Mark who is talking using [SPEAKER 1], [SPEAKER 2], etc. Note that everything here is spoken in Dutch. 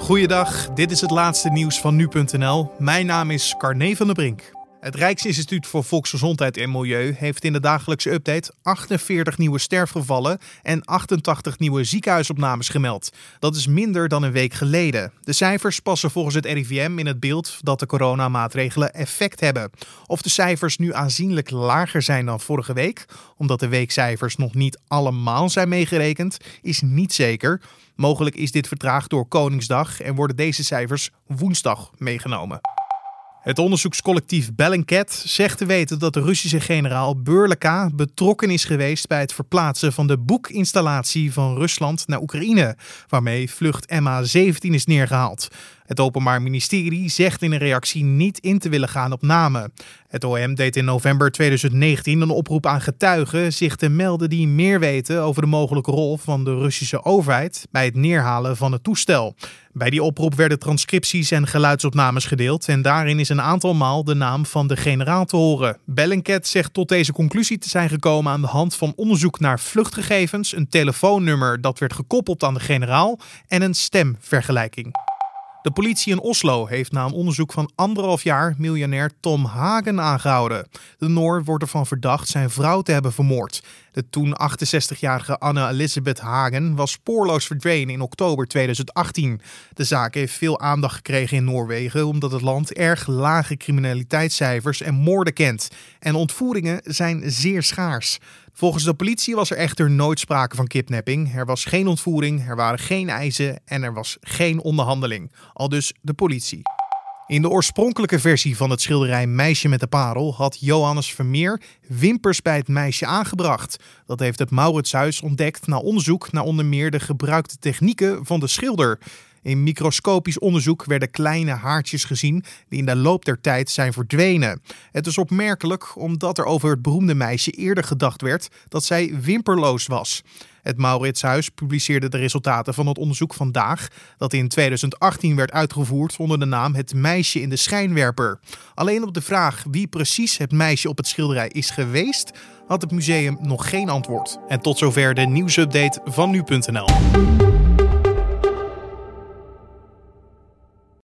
[SPEAKER 1] Goeiedag, dit is het laatste nieuws van nu.nl. Mijn naam is Carne van der Brink. Het Rijksinstituut voor Volksgezondheid en Milieu heeft in de dagelijkse update 48 nieuwe sterfgevallen en 88 nieuwe ziekenhuisopnames gemeld. Dat is minder dan een week geleden. De cijfers passen volgens het RIVM in het beeld dat de coronamaatregelen effect hebben. Of de cijfers nu aanzienlijk lager zijn dan vorige week, omdat de weekcijfers nog niet allemaal zijn meegerekend, is niet zeker. Mogelijk is dit vertraagd door Koningsdag en worden deze cijfers woensdag meegenomen. Het onderzoekscollectief Bellingcat zegt te weten dat de Russische generaal Burlaka betrokken is geweest bij het verplaatsen van de boekinstallatie van Rusland naar Oekraïne, waarmee vlucht MH17 is neergehaald. Het Openbaar Ministerie zegt in een reactie niet in te willen gaan op namen. Het OM deed in november 2019 een oproep aan getuigen zich te melden die meer weten over de mogelijke rol van de Russische overheid bij het neerhalen van het toestel. Bij die oproep werden transcripties en geluidsopnames gedeeld en daarin is een aantal maal de naam van de generaal te horen. Bellingcat zegt tot deze conclusie te zijn gekomen aan de hand van onderzoek naar vluchtgegevens, een telefoonnummer dat werd gekoppeld aan de generaal en een stemvergelijking. De politie in Oslo heeft na een onderzoek van 1,5 jaar miljonair Tom Hagen aangehouden. De Noor wordt ervan verdacht zijn vrouw te hebben vermoord. De toen 68-jarige Anne-Elisabeth Hagen was spoorloos verdwenen in oktober 2018. De zaak heeft veel aandacht gekregen in Noorwegen omdat het land erg lage criminaliteitscijfers en moorden kent. En ontvoeringen zijn zeer schaars. Volgens de politie was er echter nooit sprake van kidnapping. Er was geen ontvoering, er waren geen eisen en er was geen onderhandeling. Aldus de politie. In de oorspronkelijke versie van het schilderij Meisje met de Parel had Johannes Vermeer wimpers bij het meisje aangebracht. Dat heeft het Mauritshuis ontdekt na onderzoek naar onder meer de gebruikte technieken van de schilder. In microscopisch onderzoek werden kleine haartjes gezien die in de loop der tijd zijn verdwenen. Het is opmerkelijk omdat er over het beroemde meisje eerder gedacht werd dat zij wimperloos was. Het Mauritshuis publiceerde de resultaten van het onderzoek vandaag, dat in 2018 werd uitgevoerd onder de naam Het meisje in de schijnwerper. Alleen op de vraag wie precies het meisje op het schilderij is geweest, had het museum nog geen antwoord. En tot zover de nieuwsupdate van nu.nl.